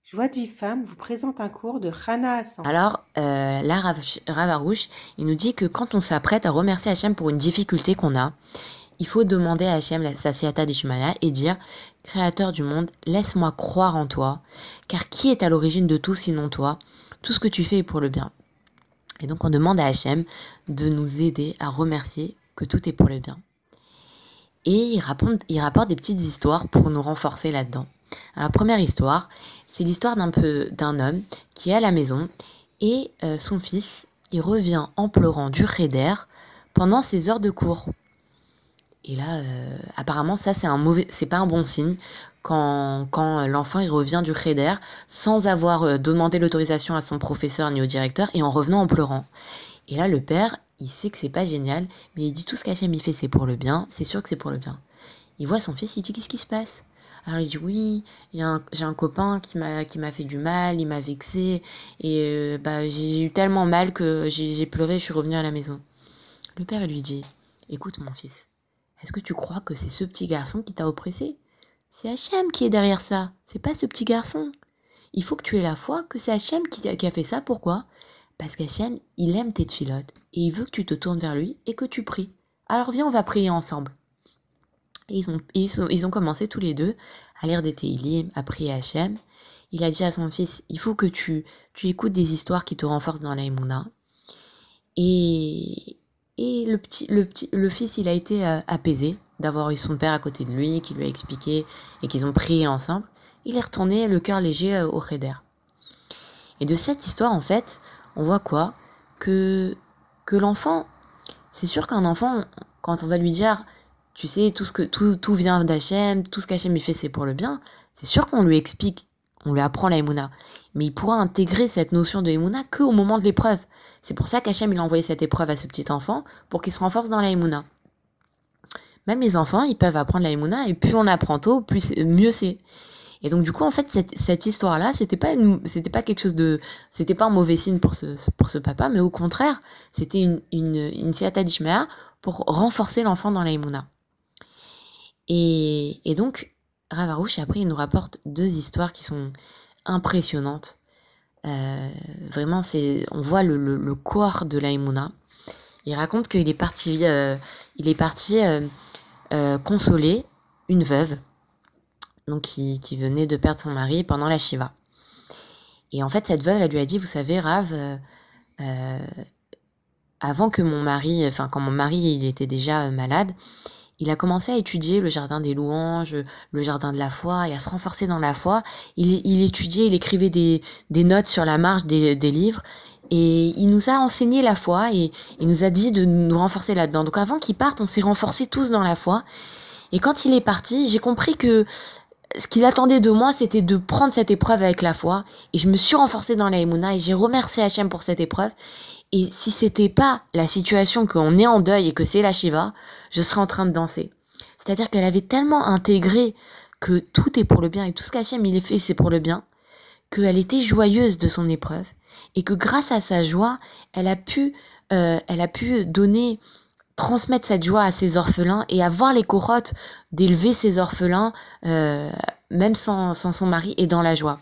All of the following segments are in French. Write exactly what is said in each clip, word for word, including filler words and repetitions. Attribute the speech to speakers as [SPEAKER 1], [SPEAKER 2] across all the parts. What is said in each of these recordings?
[SPEAKER 1] Joie de Vive Femme vous présente un cours de Rana Hassan.
[SPEAKER 2] Alors, euh, là, Rav, Rav Arouche, il nous dit que quand on s'apprête à remercier Hachem pour une difficulté qu'on a, il faut demander à Hachem la sa siyata d'Ishmaïa et dire « Créateur du monde, laisse-moi croire en toi, car qui est à l'origine de tout sinon toi? Tout ce que tu fais est pour le bien. » Et donc, on demande à Hachem de nous aider à remercier que tout est pour le bien. Et il rapporte, il rapporte des petites histoires pour nous renforcer là-dedans. Alors, la première histoire, c'est l'histoire d'un peu d'un homme qui est à la maison et euh, son fils, il revient en pleurant du cheder pendant ses heures de cours. Et là, euh, apparemment, ça, c'est un mauvais, c'est pas un bon signe quand, quand l'enfant il revient du cheder sans avoir euh, demandé l'autorisation à son professeur ni au directeur et en revenant en pleurant. Et là, le père, il sait que c'est pas génial, mais il dit tout ce qu'Hachem il fait, c'est pour le bien, c'est sûr que c'est pour le bien. Il voit son fils, il dit qu'est-ce qui se passe? Alors il dit oui, il y a un- j'ai un copain qui m'a qui m'a fait du mal, il m'a vexé et euh, bah j'ai eu tellement mal que j'ai j'ai pleuré, je suis revenu à la maison. Le père lui dit écoute mon fils, est-ce que tu crois que c'est ce petit garçon qui t'a oppressé? C'est Hachem qui est derrière ça, c'est pas ce petit garçon. Il faut que tu aies la foi que c'est Hachem qui, a- qui a fait ça. Pourquoi? Parce qu'Hachem, il aime tes tfilotes et il veut que tu te tournes vers lui et que tu pries. Alors viens, on va prier ensemble. Et ils ont, ils sont- ils ont commencé tous les deux à lire des Tehillim, à prier Hachem. Il a dit à son fils, il faut que tu, tu écoutes des histoires qui te renforcent dans l'aïmouna. Et, et le, petit, le, petit, le fils, il a été euh, apaisé d'avoir eu son père à côté de lui, qui lui a expliqué et qu'ils ont prié ensemble. Il est retourné le cœur léger euh, au cheder. Et de cette histoire, en fait, on voit quoi? Que, que l'enfant, c'est sûr qu'un enfant, quand on va lui dire, tu sais, tout ce que tout, tout vient d'Hachem, tout ce qu'Hachem il fait, c'est pour le bien, c'est sûr qu'on lui explique, on lui apprend la Emouna. Mais il pourra intégrer cette notion de Emouna qu'au moment de l'épreuve. C'est pour ça qu'Hachem il a envoyé cette épreuve à ce petit enfant, pour qu'il se renforce dans la Emouna. Même les enfants, ils peuvent apprendre la Emouna, et plus on apprend tôt, plus c'est- mieux c'est. Et donc du coup, en fait, cette, cette histoire-là, c'était pas une, c'était pas quelque chose de, c'était pas un mauvais signe pour ce, pour ce papa, mais au contraire, c'était une, une, une siyata d'Ishmael pour renforcer l'enfant dans la Emouna. Et, et donc, Rav Aroush, après, il nous rapporte deux histoires qui sont impressionnantes. Euh, vraiment, c'est, on voit le, le, le corps de la Emouna. Il raconte qu'il est parti, euh, il est parti euh, euh, consoler une veuve, donc qui, qui venait de perdre son mari pendant la Shiva. Et en fait, cette veuve, elle lui a dit, vous savez, Rav, euh, euh, avant que mon mari, enfin, quand mon mari, il était déjà euh, malade, il a commencé à étudier le jardin des louanges, le jardin de la foi, et à se renforcer dans la foi. Il, il étudiait, il écrivait des, des notes sur la marge des, des livres, et il nous a enseigné la foi, et il nous a dit de nous renforcer là-dedans. Donc avant qu'il parte, on s'est renforcés tous dans la foi. Et quand il est parti, j'ai compris que ce qu'il attendait de moi, c'était de prendre cette épreuve avec la foi. Et je me suis renforcée dans la Emouna et j'ai remercié Hachem pour cette épreuve. Et si c'était pas la situation qu'on est en deuil et que c'est la Shiva, je serais en train de danser. C'est-à-dire qu'elle avait tellement intégré que tout est pour le bien et tout ce qu'Hachem il est fait, c'est pour le bien, qu'elle était joyeuse de son épreuve et que grâce à sa joie, elle a pu, euh, elle a pu donner transmettre cette joie à ses orphelins et avoir les corottes d'élever ses orphelins, euh, même sans, sans son mari, et dans la joie.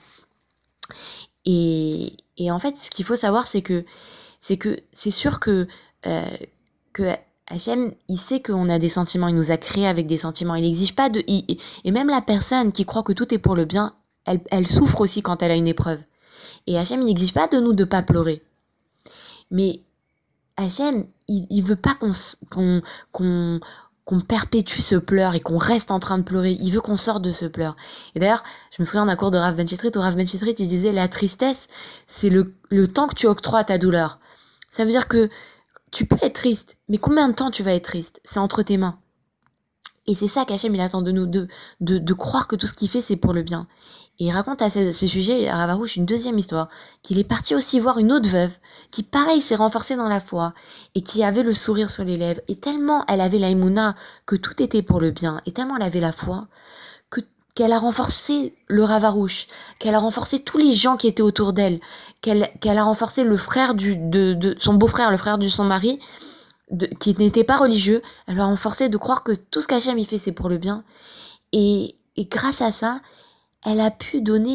[SPEAKER 2] Et, et en fait, ce qu'il faut savoir, c'est que c'est que c'est sûr que, euh, que Hachem, il sait qu'on a des sentiments, il nous a créés avec des sentiments, il n'exige pas de... il- et même la personne qui croit que tout est pour le bien, elle, elle souffre aussi quand elle a une épreuve. Et Hachem, il n'exige pas de nous de pas pleurer. Mais Hachem, il, il veut pas qu'on, qu'on, qu'on, qu'on perpétue ce pleur et qu'on reste en train de pleurer. Il veut qu'on sorte de ce pleur. Et d'ailleurs, je me souviens d'un cours de Rav Ben Chitrit où Rav Ben Chitrit, il disait la tristesse, c'est le, le temps que tu octroies à ta douleur. Ça veut dire que tu peux être triste, mais combien de temps tu vas être triste? C'est entre tes mains. Et c'est ça qu'Hachem, il attend de nous, de, de, de croire que tout ce qu'il fait, c'est pour le bien. Et il raconte à ce, ce sujet, à Ravarouche, une deuxième histoire, qu'il est parti aussi voir une autre veuve, qui pareil s'est renforcée dans la foi, et qui avait le sourire sur les lèvres, et tellement elle avait la émouna que tout était pour le bien, et tellement elle avait la foi, que, qu'elle a renforcé le Ravarouche, qu'elle a renforcé tous les gens qui étaient autour d'elle, qu'elle, qu'elle a renforcé le frère du, de, de son beau-frère, le frère de son mari, de, qui n'était pas religieux, elle l'a renforcé de croire que tout ce qu'Hachem il fait c'est pour le bien. Et, et grâce à ça, elle a pu donner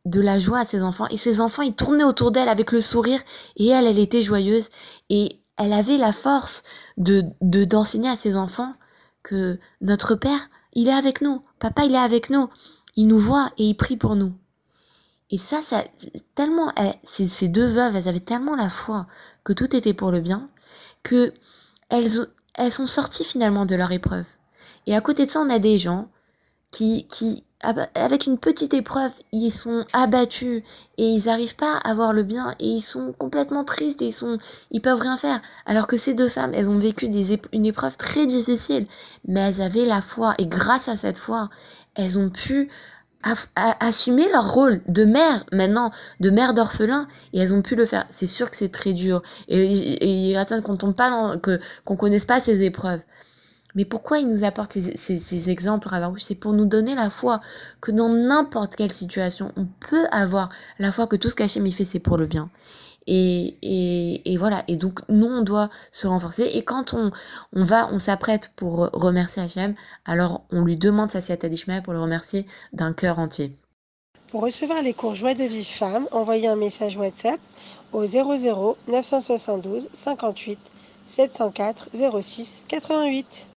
[SPEAKER 2] de la joie à ses enfants. Et ses enfants, ils tournaient autour d'elle avec le sourire. Et elle, elle était joyeuse. Et elle avait la force de, de, d'enseigner à ses enfants que notre Père, il est avec nous. Papa, il est avec nous. Il nous voit et il prie pour nous. Et ça, ça tellement, elles, ces, ces deux veuves, elles avaient tellement la foi que tout était pour le bien, que elles, elles sont sorties finalement de leur épreuve. Et à côté de ça, on a des gens qui, qui, avec une petite épreuve, ils sont abattus et ils n'arrivent pas à voir le bien et ils sont complètement tristes et ils sont, ils peuvent rien faire. Alors que ces deux femmes, elles ont vécu des ép- une épreuve très difficile, mais elles avaient la foi et grâce à cette foi, elles ont pu aff- a- assumer leur rôle de mère maintenant, de mère d'orphelin, et elles ont pu le faire. C'est sûr que c'est très dur et, et, et il est certain qu'on tombe pas dans, que qu'on connaisse pas ces épreuves. Mais pourquoi il nous apporte ces, ces, ces exemples, Ravarouche? C'est pour nous donner la foi que dans n'importe quelle situation, on peut avoir la foi que tout ce qu'Hachem il fait, c'est pour le bien. Et, et, et voilà. Et donc, nous, on doit se renforcer. Et quand on, on va, on s'apprête pour remercier Hachem, alors on lui demande sa siyata d'Ishmael pour le remercier d'un cœur entier.
[SPEAKER 1] Pour recevoir les cours Joie de vie femme, envoyez un message WhatsApp au zéro zéro neuf cent soixante-douze cinquante-huit sept cent quatre zéro six quatre-vingt-huit.